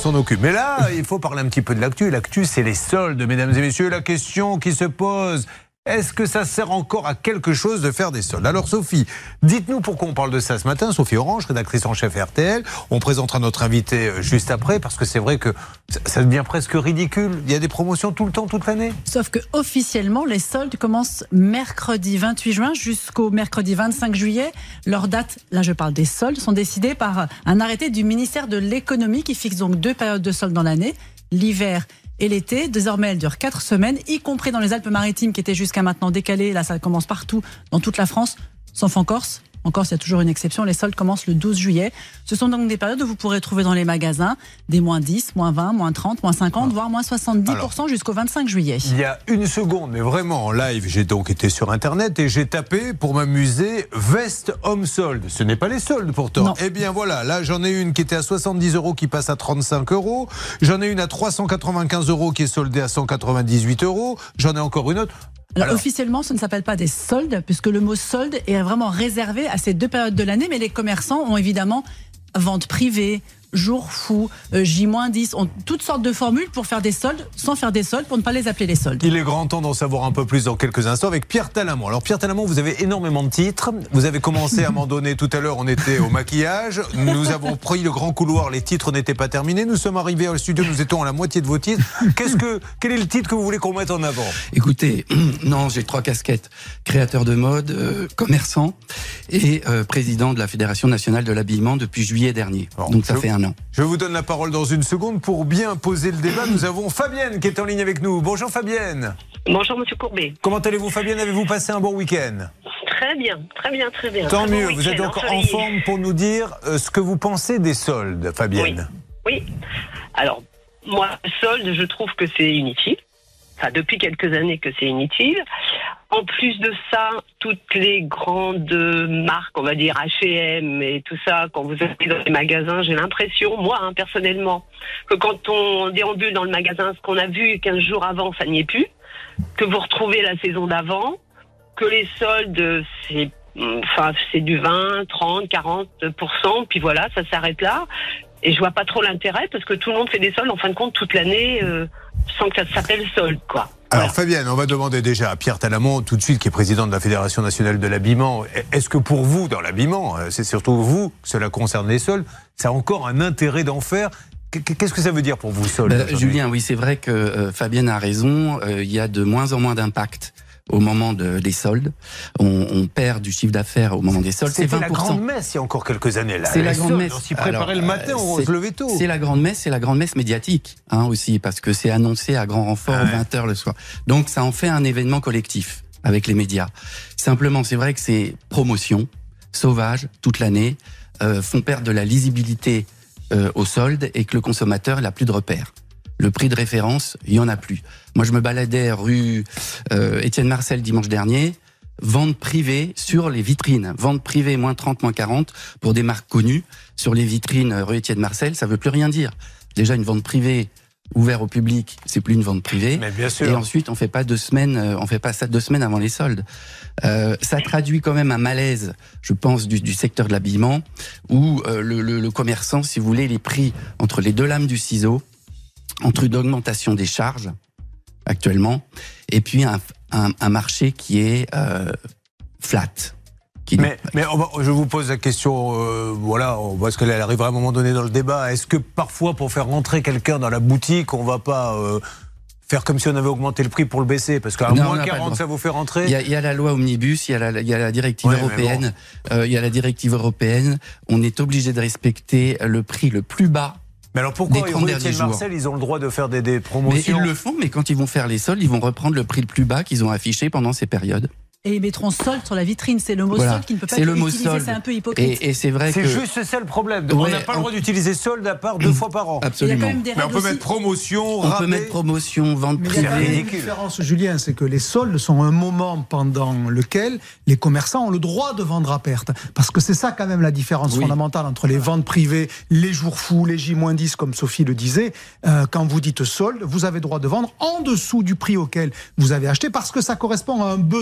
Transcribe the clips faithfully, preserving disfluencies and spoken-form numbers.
s'en occupe. Mais là, il faut parler un petit peu de l'actu. L'actu, c'est les soldes, mesdames et messieurs. La question qui se pose... Est-ce que ça sert encore à quelque chose de faire des soldes? Alors Sophie, dites-nous pourquoi on parle de ça ce matin. Sophie Orange, rédactrice en chef R T L. On présentera notre invité juste après parce que c'est vrai que ça devient presque ridicule. Il y a des promotions tout le temps, toute l'année. Sauf que officiellement, les soldes commencent mercredi vingt-huit juin jusqu'au mercredi vingt-cinq juillet. Leurs dates, là je parle des soldes, sont décidées par un arrêté du ministère de l'économie qui fixe donc deux périodes de soldes dans l'année, l'hiver et l'été. Désormais, elle dure quatre semaines, y compris dans les Alpes-Maritimes qui étaient jusqu'à maintenant décalées. Là, ça commence partout, dans toute la France, sauf en Corse. En Corse, il y a toujours une exception. Les soldes commencent le douze juillet. Ce sont donc des périodes où vous pourrez trouver dans les magasins des moins dix, moins vingt, moins trente, moins cinquante, ah. voire moins soixante-dix pour cent Alors, jusqu'au vingt-cinq juillet. Il y a une seconde, mais vraiment en live, j'ai donc été sur Internet et j'ai tapé pour m'amuser veste homme solde. Ce n'est pas les soldes pourtant. Non. Eh bien voilà, là j'en ai une qui était à soixante-dix euros qui passe à trente-cinq euros. J'en ai une à trois cent quatre-vingt-quinze euros qui est soldée à cent quatre-vingt-dix-huit euros. J'en ai encore une autre. Alors, Alors, officiellement, ce ne s'appelle pas des soldes, puisque le mot solde est vraiment réservé à ces deux périodes de l'année, mais les commerçants ont évidemment vente privée, jour fou, euh, J dix, ont toutes sortes de formules pour faire des soldes, sans faire des soldes, pour ne pas les appeler les soldes. Il est grand temps d'en savoir un peu plus dans quelques instants avec Pierre Talamont. Alors Pierre Talamont, vous avez énormément de titres. Vous avez commencé à m'en donner tout à l'heure, on était au maquillage. Nous avons pris le grand couloir, les titres n'étaient pas terminés. Nous sommes arrivés au studio, nous étions à la moitié de vos titres. Qu'est-ce que, quel est le titre que vous voulez qu'on mette en avant? Écoutez, non, j'ai trois casquettes. Créateur de mode, euh, commerçant et euh, président de la Fédération nationale de l'habillement depuis juillet dernier. Alors, Donc ça je, fait un an. Je vous donne la parole dans une seconde pour bien poser le débat. Nous avons Fabienne qui est en ligne avec nous. Bonjour Fabienne. Bonjour Monsieur Courbet. Comment allez-vous Fabienne? Avez-vous passé un bon week-end? Très bien, très bien, très bien. Tant très mieux, bon vous êtes encore en forme pour nous dire euh, ce que vous pensez des soldes, Fabienne. Oui, oui. Alors, moi, solde, je trouve que c'est inutile. Enfin, depuis quelques années que c'est inutile. En plus de ça, toutes les grandes marques, on va dire H et M et tout ça, quand vous allez dans les magasins, j'ai l'impression, moi hein, personnellement, que quand on déambule dans le magasin, ce qu'on a vu quinze jours avant, ça n'y est plus, que vous retrouvez la saison d'avant, que les soldes, c'est, enfin, c'est du vingt, trente, quarante pour cent, puis voilà, ça s'arrête là. Et je vois pas trop l'intérêt parce que tout le monde fait des soldes en fin de compte toute l'année euh, sans que ça s'appelle solde, quoi. Alors voilà. Fabienne, on va demander déjà à Pierre Talamont tout de suite, qui est président de la Fédération nationale de l'habillement. Est-ce que pour vous, dans l'habillement, c'est surtout vous que cela concerne les soldes, ça a encore un intérêt d'en faire? Qu'est-ce que ça veut dire pour vous, soldes? bah, Julien, oui, c'est vrai que euh, Fabienne a raison. Il euh, y a de moins en moins d'impact au moment de, des soldes. On, on perd du chiffre d'affaires au moment des soldes. C'était la grande messe il y a encore quelques années. Là. C'est la grande messe. On s'y préparait le matin, on se levait tôt. C'est la grande messe, c'est la grande messe médiatique hein, aussi, parce que c'est annoncé à grand renfort ah ouais. vingt heures le soir. Donc ça en fait un événement collectif avec les médias. Simplement, c'est vrai que c'est promotion, sauvage, toute l'année, euh, font perdre de la lisibilité euh, aux soldes et que le consommateur n'a plus de repères. Le prix de référence, il y en a plus. Moi, je me baladais rue euh, Étienne Marcel dimanche dernier, vente privée sur les vitrines. Vente privée, moins trente, moins quarante, pour des marques connues. Sur les vitrines rue Étienne Marcel, ça veut plus rien dire. Déjà, une vente privée ouverte au public, c'est plus une vente privée. Mais bien sûr. Et ensuite, on fait pas deux semaines, on fait pas ça deux semaines avant les soldes. Euh, ça traduit quand même un malaise, je pense, du, du secteur de l'habillement, où euh, le, le, le commerçant, si vous voulez, les prix entre les deux lames du ciseau, entre une augmentation des charges actuellement et puis un, un, un marché qui est euh, flat. Qui mais mais on va, je vous pose la question, euh, voilà, parce qu'elle arrivera à un moment donné dans le débat. Est-ce que parfois, pour faire rentrer quelqu'un dans la boutique, on va pas euh, faire comme si on avait augmenté le prix pour le baisser? Parce qu'à moins quarante, ça vous fait rentrer. Il y, a, il y a la loi Omnibus, il y a la, il y a la directive ouais, européenne. Bon. Euh, il y a la directive européenne. On est obligé de respecter le prix le plus bas. Mais alors pourquoi Étienne Marcel, ils ont le droit de faire des, des promotions? Mais ils le font, mais quand ils vont faire les soldes, ils vont reprendre le prix le plus bas qu'ils ont affiché pendant ces périodes. Et ils mettront solde sur la vitrine. C'est le mot voilà. solde qui ne peut pas être utilisé. C'est un peu hypocrite. Et, et c'est vrai c'est que... juste ça le problème. Ouais, on n'a pas on... le droit d'utiliser solde à part deux fois par an. Absolument. Il y a quand même des mais on peut aussi. mettre promotion, on rabais. peut mettre promotion, vente mais privée. Il y a une différence, Julien, c'est que les soldes sont un moment pendant lequel les commerçants ont le droit de vendre à perte. Parce que c'est ça quand même la différence oui. fondamentale entre les ventes privées, les jours fous, les J dix, comme Sophie le disait. Euh, quand vous dites solde, vous avez le droit de vendre en dessous du prix auquel vous avez acheté parce que ça correspond à un besoin pour les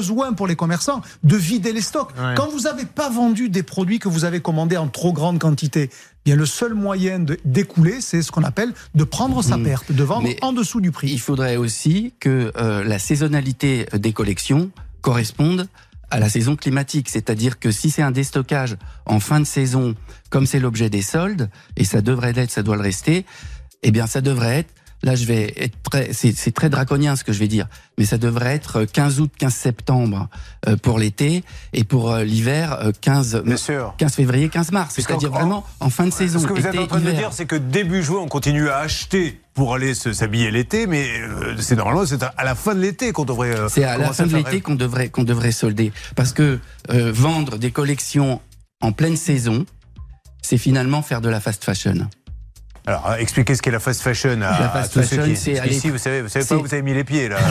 les commerçants de vider les stocks. Ouais. Quand vous n'avez pas vendu des produits que vous avez commandés en trop grande quantité, bien le seul moyen de, d'écouler, c'est ce qu'on appelle de prendre sa perte, de vendre Mais en dessous du prix. Il faudrait aussi que euh, la saisonnalité des collections corresponde à la saison climatique. C'est-à-dire que si c'est un déstockage en fin de saison, comme c'est l'objet des soldes, et ça devrait l'être, ça doit le rester, eh bien ça devrait être, là je vais être très, c'est, c'est très draconien ce que je vais dire, mais ça devrait être quinze août, quinze septembre euh, pour l'été, et pour euh, l'hiver, euh, quinze, quinze février, quinze mars. C'est-à-dire vraiment en fin de saison. Ce que vous été, êtes en train hiver. de dire, c'est que début juin, on continue à acheter pour aller se, s'habiller l'été, mais euh, c'est normalement c'est à la fin de l'été qu'on devrait. Euh, c'est à la fin de l'été faire... qu'on devrait qu'on devrait solder, parce que euh, vendre des collections en pleine saison, c'est finalement faire de la fast fashion. Alors, expliquez ce qu'est la fast fashion. À, la fast à fashion, qui... c'est Parce qu'ici, vous savez, vous savez pas où vous avez mis les pieds, là.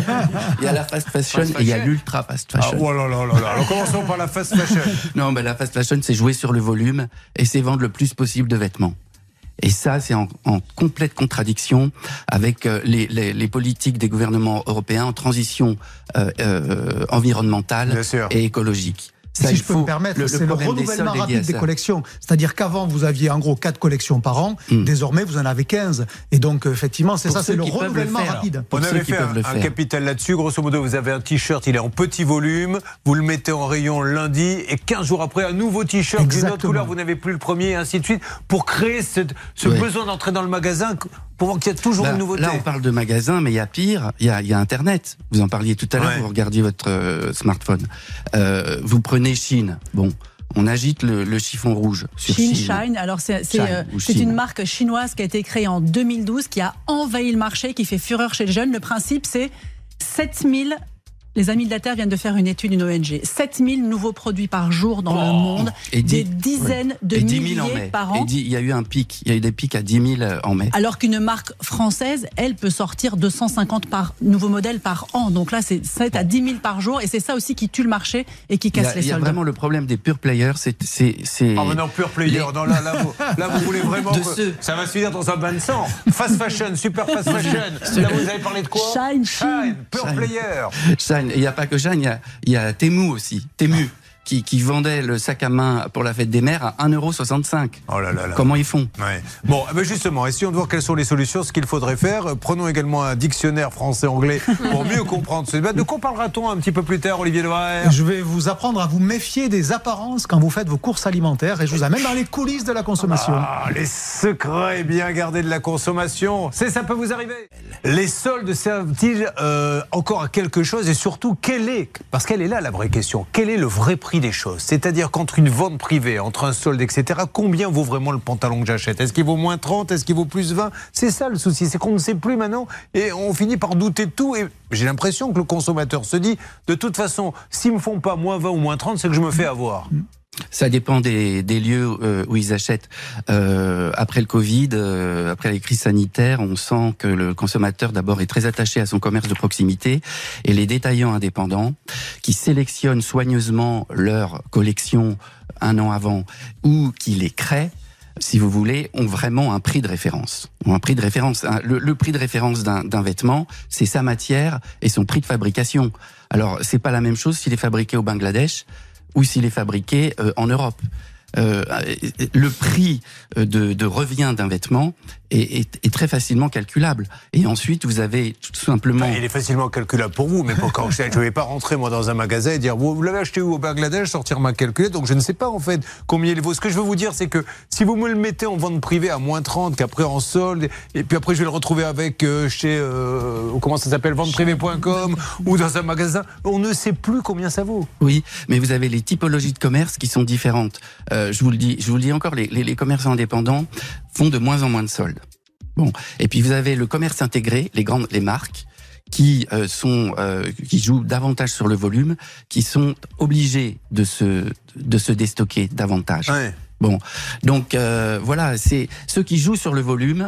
Il y a la fast fashion, fast fashion. Et il y a l'ultra fast fashion. Ah, oh là là là là. Alors, commençons par la fast fashion. Non, mais la fast fashion, c'est jouer sur le volume et c'est vendre le plus possible de vêtements. Et ça, c'est en, en complète contradiction avec euh, les, les, les politiques des gouvernements européens en transition euh, euh, environnementale et écologique. Ça, si je peux me permettre, le, c'est le, le renouvellement des rapide des collections. C'est-à-dire qu'avant, vous aviez en gros quatre collections par an. Mmh. Désormais, vous en avez quinze. Et donc, effectivement, c'est Pour ça, c'est le renouvellement le rapide. On avait fait un, un capital là-dessus. Grosso modo, vous avez un t-shirt, il est en petit volume. Vous le mettez en rayon lundi. Et quinze jours après, un nouveau t-shirt d'une autre couleur. Vous n'avez plus le premier, et ainsi de suite. Pour créer ce, ce ouais. besoin d'entrer dans le magasin, pour voir qu'il y a toujours là, une nouveauté. Là, on parle de magasin, mais il y a pire. Il y a, il y a Internet. Vous en parliez tout à l'heure. Ouais. Vous regardiez votre euh, smartphone. Euh, vous prenez Chine. Bon. On agite le, le chiffon rouge sur Chine. Chine. Shine. Alors c'est, c'est, Shine, euh, c'est une marque chinoise qui a été créée en deux mille douze, qui a envahi le marché, qui fait fureur chez les jeunes. Le principe, c'est sept mille. Les Amis de la Terre viennent de faire une étude, une O N G. sept mille nouveaux produits par jour dans oh, le monde, et des dix, dizaines ouais. de milliers par an. Il y a eu un pic, il y a eu des pics à dix mille en mai. Alors qu'une marque française, elle peut sortir deux cent cinquante par, nouveaux modèles par an. Donc là, c'est, c'est à dix mille par jour, et c'est ça aussi qui tue le marché et qui casse a, les soldes. Il y a vraiment le problème des pure players, c'est... c'est, c'est oh mais non, pure player, les... non, là, là, vous, là vous voulez vraiment que ce... ça va se finir dans un bain de sang. Fast fashion, super fast fashion. Là vous avez parlé de quoi? Shine, Shine, pure Shine. player. Shine, il n'y a pas que Shine. Il y a, il y a Temu aussi, Temu, qui, qui vendait le sac à main pour la fête des mères à un euro soixante-cinq. Oh là là là. Comment ils font? Ouais. Bon, ben justement, essayons de voir quelles sont les solutions, ce qu'il faudrait faire. Prenons également un dictionnaire français-anglais pour mieux comprendre ce débat. De quoi parlera-t-on un petit peu plus tard, Olivier Levair? Je vais vous apprendre à vous méfier des apparences quand vous faites vos courses alimentaires, et je vous amène dans les coulisses de la consommation. Ah, les secrets bien gardés de la consommation. C'est, ça peut vous arriver. Les soldes servent-ils euh, encore à quelque chose, et surtout, quel est, parce qu'elle est là la vraie question, quel est le vrai prix des choses? C'est-à-dire qu'entre une vente privée, entre un solde, et cetera, combien vaut vraiment le pantalon que j'achète? Est-ce qu'il vaut moins trente? Est-ce qu'il vaut plus vingt? C'est ça le souci, c'est qu'on ne sait plus maintenant, et on finit par douter de tout. Et j'ai l'impression que le consommateur se dit, de toute façon, s'ils me font pas moins vingt ou moins trente, c'est que je me fais avoir. Ça dépend des, des lieux euh, où ils achètent. Euh, après le Covid, euh, après les crises sanitaires, on sent que le consommateur d'abord est très attaché à son commerce de proximité, et les détaillants indépendants qui sélectionnent soigneusement leur collection un an avant ou qui les créent, si vous voulez, ont vraiment un prix de référence. Ont un prix de référence. Le, le prix de référence d'un, d'un vêtement, c'est sa matière et son prix de fabrication. Alors, c'est pas la même chose s'il est fabriqué au Bangladesh ou s'il est fabriqué euh, en Europe. Euh, le prix de, de revient d'un vêtement est, est, est très facilement calculable. Et ensuite, vous avez tout simplement... Enfin, il est facilement calculable pour vous, mais pour quand je ne vais pas rentrer moi dans un magasin et dire vous, vous l'avez acheté où au Bangladesh, sortir ma calculette, donc je ne sais pas en fait combien il vaut. Ce que je veux vous dire, c'est que si vous me le mettez en vente privée à moins trente, qu'après en solde, et puis après je vais le retrouver avec euh, chez, euh, comment ça s'appelle, vente privée point com ou dans un magasin, on ne sait plus combien ça vaut. Oui, mais vous avez les typologies de commerce qui sont différentes. Euh, je vous le dis, je vous le dis encore, les, les, les commerçants indépendants font de moins en moins de soldes. Bon, et puis vous avez le commerce intégré, les grandes, les marques qui euh, sont, euh, qui jouent davantage sur le volume, qui sont obligés de se, de se déstocker davantage. Ouais. Bon, donc euh, voilà, c'est ceux qui jouent sur le volume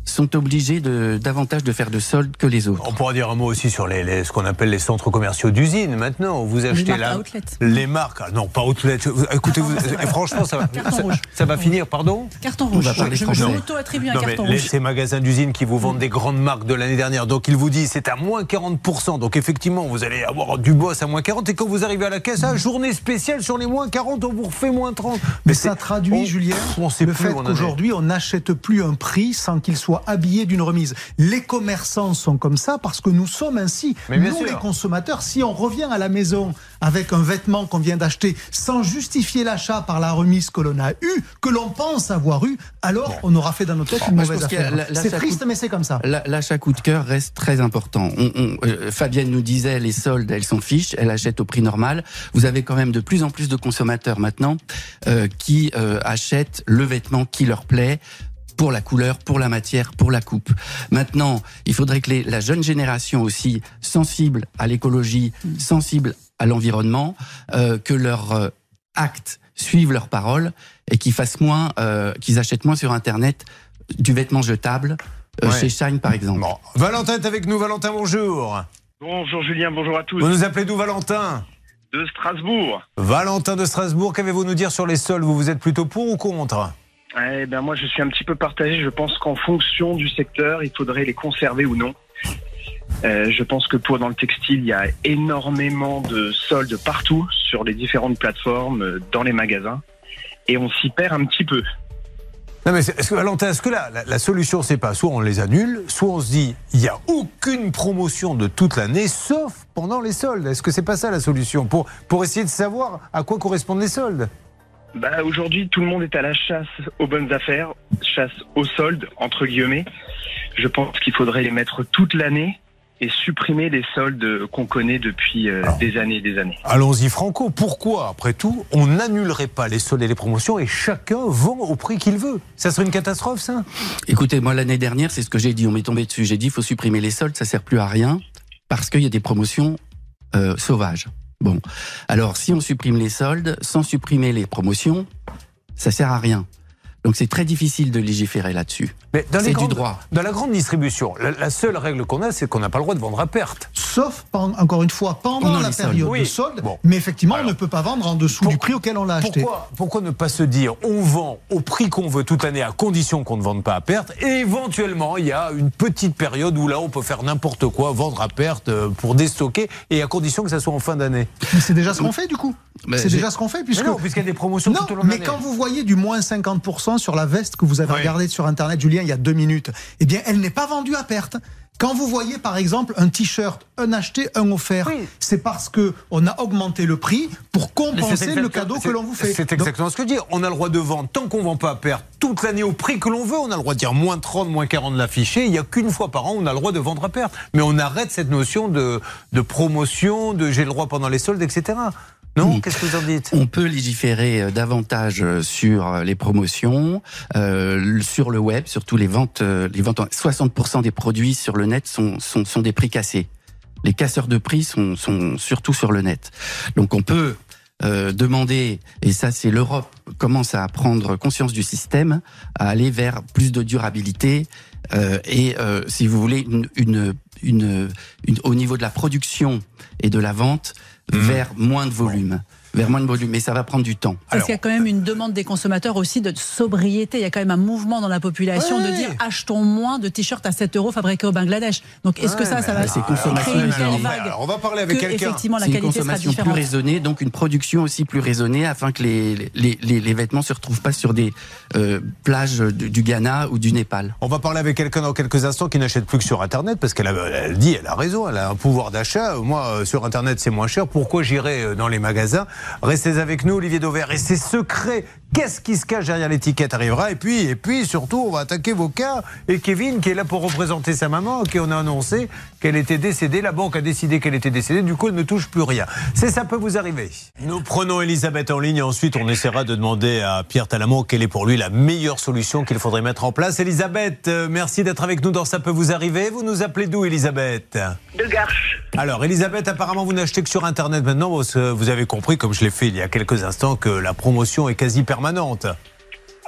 sont obligés de, davantage de faire de soldes que les autres. On pourra dire un mot aussi sur les, les, ce qu'on appelle les centres commerciaux d'usine. Maintenant, vous achetez les là outlet. les marques. Ah non, pas outlet. Écoutez, vous, franchement, ça va, ça, ça va finir. Pardon. Carton rouge. On va parler je français. je m'auto-attribue un Non, carton mais les, rouge. ces magasins d'usine qui vous vendent des grandes marques de l'année dernière, donc ils vous disent c'est à moins quarante pour cent. Donc effectivement, vous allez avoir du boss à moins quarante. Et quand vous arrivez à la caisse, ah, journée spéciale sur les moins quarante, on vous refait moins trente. Mais ça traduit, on, Julien, on sait le plus fait où on en est. qu'aujourd'hui, on n'achète plus un prix sans qu'il soit habillé d'une remise. Les commerçants sont comme ça parce que nous sommes ainsi. Mais bien nous, sûr. les consommateurs, si on revient à la maison avec un vêtement qu'on vient d'acheter sans justifier l'achat par la remise que l'on a eue, que l'on pense avoir eue, alors on aura fait dans notre tête une Moi, je mauvaise pense qu'il y a affaire. la- la- C'est ça triste, coûte- mais c'est comme ça. La- L'achat coup de cœur reste très important. On, on, euh, Fabienne nous disait les soldes, elles s'en fichent, elles achètent au prix normal. Vous avez quand même de plus en plus de consommateurs maintenant euh, qui euh, achètent le vêtement qui leur plaît, pour la couleur, pour la matière, pour la coupe. Maintenant, il faudrait que les, la jeune génération aussi, sensible à l'écologie, sensible à l'environnement, euh, que leurs euh, actes suivent leurs paroles et qu'ils fassent moins, euh, qu'ils achètent moins sur Internet du vêtement jetable, euh, Ouais. chez Shine par exemple. Bon. Valentin est avec nous. Valentin, bonjour. Bonjour Julien, bonjour à tous. Vous nous appelez d'où, Valentin? De Strasbourg. Valentin de Strasbourg, qu'avez-vous nous dire sur les soldes? Vous, vous êtes plutôt pour ou contre? Eh ben moi je suis un petit peu partagé. Je pense qu'en fonction du secteur, il faudrait les conserver ou non. Euh, je pense que pour dans le textile, il y a énormément de soldes partout sur les différentes plateformes, euh, dans les magasins, et on s'y perd un petit peu. Non mais est-ce que, Valentin, est-ce que la, la, la solution c'est pas soit on les annule, soit on se dit il n'y a aucune promotion de toute l'année sauf pendant les soldes? Est-ce que c'est pas ça la solution pour, pour essayer de savoir à quoi correspondent les soldes? Bah aujourd'hui, tout le monde est à la chasse aux bonnes affaires, chasse aux soldes entre guillemets. Je pense qu'il faudrait les mettre toute l'année et supprimer les soldes qu'on connaît depuis euh, Alors. des années et des années. Allons-y franco, pourquoi après tout on n'annulerait pas les soldes et les promotions et chacun vend au prix qu'il veut? Ça serait une catastrophe ça? Écoutez, moi l'année dernière, c'est ce que j'ai dit, on m'est tombé dessus. J'ai dit il faut supprimer les soldes, ça sert plus à rien parce qu'il y a des promotions euh, sauvages. Bon, alors si on supprime les soldes sans supprimer les promotions, ça sert à rien. Donc c'est très difficile de légiférer là-dessus. Mais dans les C'est du grandes- droit. Dans la grande distribution, la, la seule règle qu'on a, c'est qu'on n'a pas le droit de vendre à perte. Sauf, pen- encore une fois, pendant Pendant la les soldes. période Oui. de solde. Bon. Mais effectivement, Alors. on ne peut pas vendre en dessous Pour- du prix auquel on l'a acheté. Pourquoi, pourquoi ne pas se dire on vend au prix qu'on veut toute l'année à condition qu'on ne vende pas à perte et éventuellement il y a une petite période où là on peut faire n'importe quoi, vendre à perte euh, pour déstocker et à condition que ça soit en fin d'année. Mais c'est déjà ce qu'on fait du coup. Mais c'est j'ai- déjà ce qu'on fait Mais puisque. non, puisqu'il y a des promotions Non, tout au long de mais l'année. quand vous voyez du moins cinquante pour cent sur la veste que vous avez Oui. regardée sur Internet, Julien, il y a deux minutes, eh bien, elle n'est pas vendue à perte. Quand vous voyez, par exemple, un t-shirt, un acheté, un offert, Oui. c'est parce que on a augmenté le prix pour Mais c'est compenser le exactement- cadeau que c'est- l'on vous fait. C'est Donc, exactement ce que je dis. On a le droit de vendre tant qu'on ne vend pas à perte toute l'année au prix que l'on veut. On a le droit de dire moins trente, moins quarante de l'affiché. Il n'y a qu'une fois par an où on a le droit de vendre à perte. Mais on arrête cette notion de, de promotion, de j'ai le droit pendant les soldes, et cetera. Non Oui. Qu'est-ce que vous en dites? On peut légiférer euh, davantage euh, sur euh, les promotions, euh, sur le web, surtout les ventes. euh, Les ventes, en- soixante pour cent des produits sur le net sont, sont, sont des prix cassés. Les casseurs de prix sont, sont surtout sur le net. Donc on peut euh, demander, et ça c'est l'Europe commence à prendre conscience du système, à aller vers plus de durabilité euh, et, euh, si vous voulez, une, une, une, une- au niveau de la production et de la vente, Mmh. vers moins de volume. Vers moins de volume, mais ça va prendre du temps. Parce Alors- qu'il y a quand même une demande des consommateurs aussi de sobriété. Il y a quand même un mouvement dans la population Ouais. de dire achetons moins de t-shirts à sept euros fabriqués au Bangladesh. Donc est-ce que ça, ça va c'est créer consommation une raisonnée. telle vague Alors, on va parler avec que quelqu'un. effectivement la C'est une qualité sera consommation plus différente? raisonnée, donc une production aussi plus raisonnée, afin que les, les, les, les vêtements se retrouvent pas sur des euh, plages du, du Ghana ou du Népal. On va parler avec quelqu'un dans quelques instants qui n'achète plus que sur Internet parce qu'elle a- elle dit, elle a raison, elle a un pouvoir d'achat. Moi, euh, sur Internet, c'est moins cher. Pourquoi j'irai euh, dans les magasins? Restez avec nous, Olivier Dauvert. Et c'est secret. Qu'est-ce qui se cache derrière l'étiquette arrivera. Et puis, et puis, surtout, on va attaquer vos cas. Et Kevin, qui est là pour représenter sa maman, qui on a annoncé qu'elle était décédée. La banque a décidé qu'elle était décédée. Du coup, elle ne touche plus rien. C'est ça peut vous arriver. Nous prenons Elisabeth en ligne. Et ensuite, on essaiera de demander à Pierre Talamont quelle est pour lui la meilleure solution qu'il faudrait mettre en place. Elisabeth, euh, merci d'être avec nous dans Ça peut vous arriver. Vous nous appelez d'où, Elisabeth? De Garches. Alors, Elisabeth, apparemment, vous n'achetez que sur Internet maintenant. Parce que vous avez compris, comme je l'ai fait il y a quelques instants, que la promotion est quasi permanente.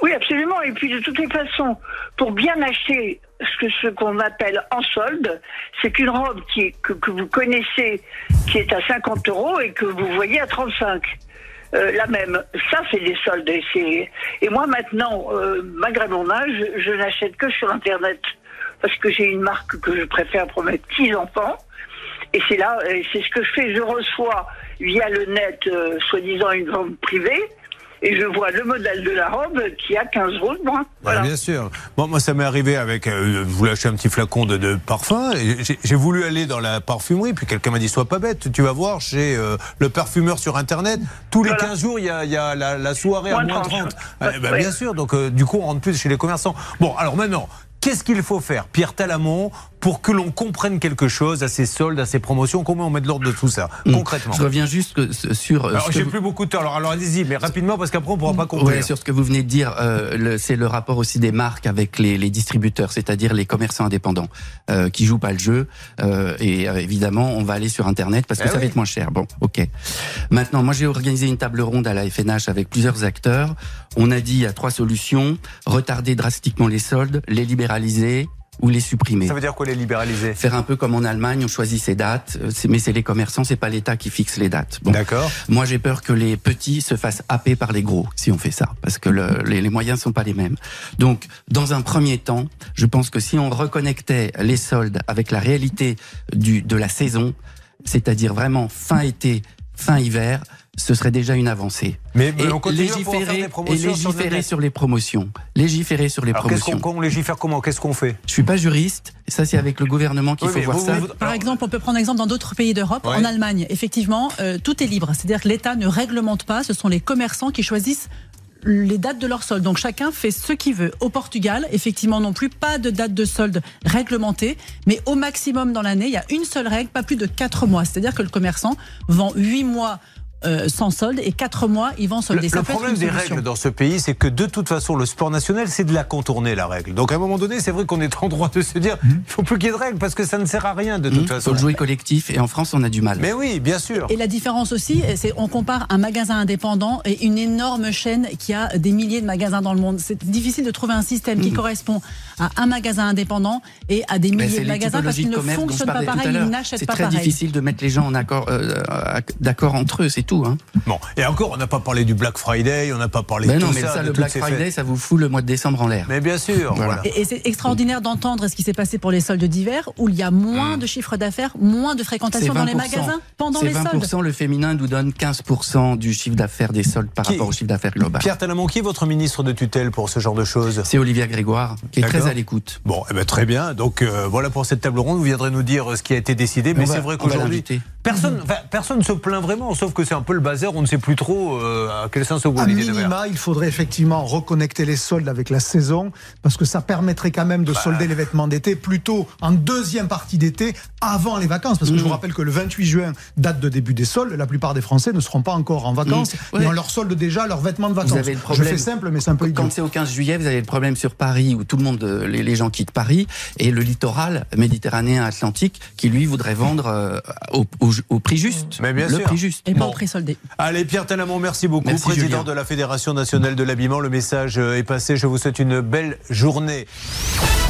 Oui, absolument. Et puis de toutes les façons, pour bien acheter ce que ce qu'on appelle en solde, c'est qu'une robe qui est, que, que vous connaissez, qui est à cinquante euros et que vous voyez à trente-cinq. Euh, la même. Ça, c'est des soldes. Et, c'est... et moi, maintenant, euh, malgré mon âge, je n'achète que sur Internet. Parce que j'ai une marque que je préfère pour mes petits-enfants. Et c'est là, c'est ce que je fais. Je reçois via le net, euh, soi-disant, une vente privée. Et je vois le modèle de la robe qui a quinze euros de moins. Voilà. Ouais, bien sûr. Bon, moi, ça m'est arrivé avec. Euh, je voulais acheter un petit flacon de, de parfum. Et j'ai, j'ai voulu aller dans la parfumerie. Puis quelqu'un m'a dit sois pas bête, tu vas voir chez euh, le parfumeur sur Internet. Tous les voilà. quinze jours, il y a, y a la, la soirée moins à moins trente. trente. Eh ben, ouais. Bien sûr. Donc, euh, du coup, on rentre plus chez les commerçants. Bon, alors maintenant. Qu'est-ce qu'il faut faire, Pierre Talamon, pour que l'on comprenne quelque chose à ces soldes, à ces promotions? Comment on met de l'ordre de tout ça, mmh. concrètement? Je reviens juste sur... Alors, j'ai vous... plus beaucoup de temps, alors, alors allez-y, mais rapidement, parce qu'après, on ne pourra pas conclure. Oui, sur ce que vous venez de dire, euh, le, c'est le rapport aussi des marques avec les, les distributeurs, c'est-à-dire les commerçants indépendants, euh, qui jouent pas le jeu. Euh, et euh, évidemment, on va aller sur Internet, parce que eh ça oui. va être moins cher. Bon, ok. Maintenant, moi, j'ai organisé une table ronde à la F N H avec plusieurs acteurs. On a dit, il y a trois solutions. Retarder drastiquement les soldes, les libéraliser ou les supprimer. Ça veut dire quoi, les libéraliser? Faire un peu comme en Allemagne, on choisit ses dates, mais c'est les commerçants, c'est pas l'État qui fixe les dates. Bon. D'accord. Moi, j'ai peur que les petits se fassent happer par les gros, si on fait ça, parce que le, les, les moyens sont pas les mêmes. Donc, dans un premier temps, je pense que si on reconnectait les soldes avec la réalité du, de la saison, c'est-à-dire vraiment fin été, fin hiver, ce serait déjà une avancée. Mais, mais et on continue légiférer, faire des promotions et légiférer sur, sur les promotions. Légiférer sur les Alors, promotions. Qu'est-ce qu'on, on légifère comment? Qu'est-ce qu'on fait? Je suis pas juriste. Ça, c'est avec le gouvernement qu'il oui, faut voir vous, ça. Vous, vous, Par exemple, on peut prendre exemple dans d'autres pays d'Europe. Ouais. En Allemagne, effectivement, euh, tout est libre. C'est-à-dire que l'État ne réglemente pas. Ce sont les commerçants qui choisissent les dates de leur solde. Donc chacun fait ce qu'il veut. Au Portugal, effectivement non plus, pas de date de solde réglementée, mais au maximum dans l'année, il y a une seule règle, pas plus de quatre mois. C'est-à-dire que le commerçant vend huit mois Euh, sans solde et quatre mois ils vont solder. Le, le problème des règles dans ce pays, c'est que de toute façon le sport national, c'est de la contourner, la règle. Donc à un moment donné, c'est vrai qu'on est en droit de se dire mmh. il ne faut plus qu'il y ait de règles parce que ça ne sert à rien de toute mmh. façon. Il faut le jouer collectif et en France on a du mal. Mais oui, bien sûr. Et la différence aussi, c'est on compare un magasin indépendant et une énorme chaîne qui a des milliers de magasins dans le monde. C'est difficile de trouver un système mmh. qui correspond à un magasin indépendant et à des milliers de magasins parce qu'ils ne fonctionnent pas pareil, ils n'achètent pas pareil. C'est très difficile de mettre les gens en accord, euh, d'accord entre eux, c'est tout. Hein. Bon, et encore, on n'a pas parlé du Black Friday, on n'a pas parlé ben de non, tout mais ça. ça, le Black Friday, fêtes. Ça vous fout le mois de décembre en l'air. Mais bien sûr. Voilà. Et, et c'est extraordinaire d'entendre ce qui s'est passé pour les soldes d'hiver, où il y a moins mmh. de chiffre d'affaires, moins de fréquentation dans les magasins pendant les soldes. vingt pour cent, le féminin nous donne quinze pour cent du chiffre d'affaires des soldes par qui, rapport au chiffre d'affaires global. Pierre Talamon, qui est votre ministre de tutelle pour ce genre de choses? C'est Olivia Grégoire, qui est D'accord. très à l'écoute. Bon, eh ben, très bien. Donc euh, voilà pour cette table ronde. Vous viendrez nous dire ce qui a été décidé. Mais on c'est va, vrai qu'aujourd'hui, personne personne ne se plaint vraiment, sauf que c'est un peu le bazar. On ne sait plus trop euh, à quel sens vous À minima, il faudrait effectivement reconnecter les soldes avec la saison, parce que ça permettrait quand même de bah. solder les vêtements d'été plutôt en deuxième partie d'été, avant les vacances. Parce que mmh. je vous rappelle que le vingt-huit juin, date de début des soldes, la plupart des Français ne seront pas encore en vacances. Mmh. Ouais. Et on leur solde déjà leurs vêtements de vacances. Vous avez le problème. Je fais simple, mais c'est un peu idiot. Quand c'est au quinze juillet, vous avez le problème sur Paris, où tout le monde, les, les gens quittent Paris, et le littoral méditerranéen atlantique, qui lui voudrait vendre euh, au, au, au prix juste. Mais bien le sûr. prix juste. Et pas au prix soldé. Allez, Pierre Talamon, merci beaucoup. Merci, président Julien. de la Fédération nationale de l'habillement. Le message est passé. Je vous souhaite une belle journée.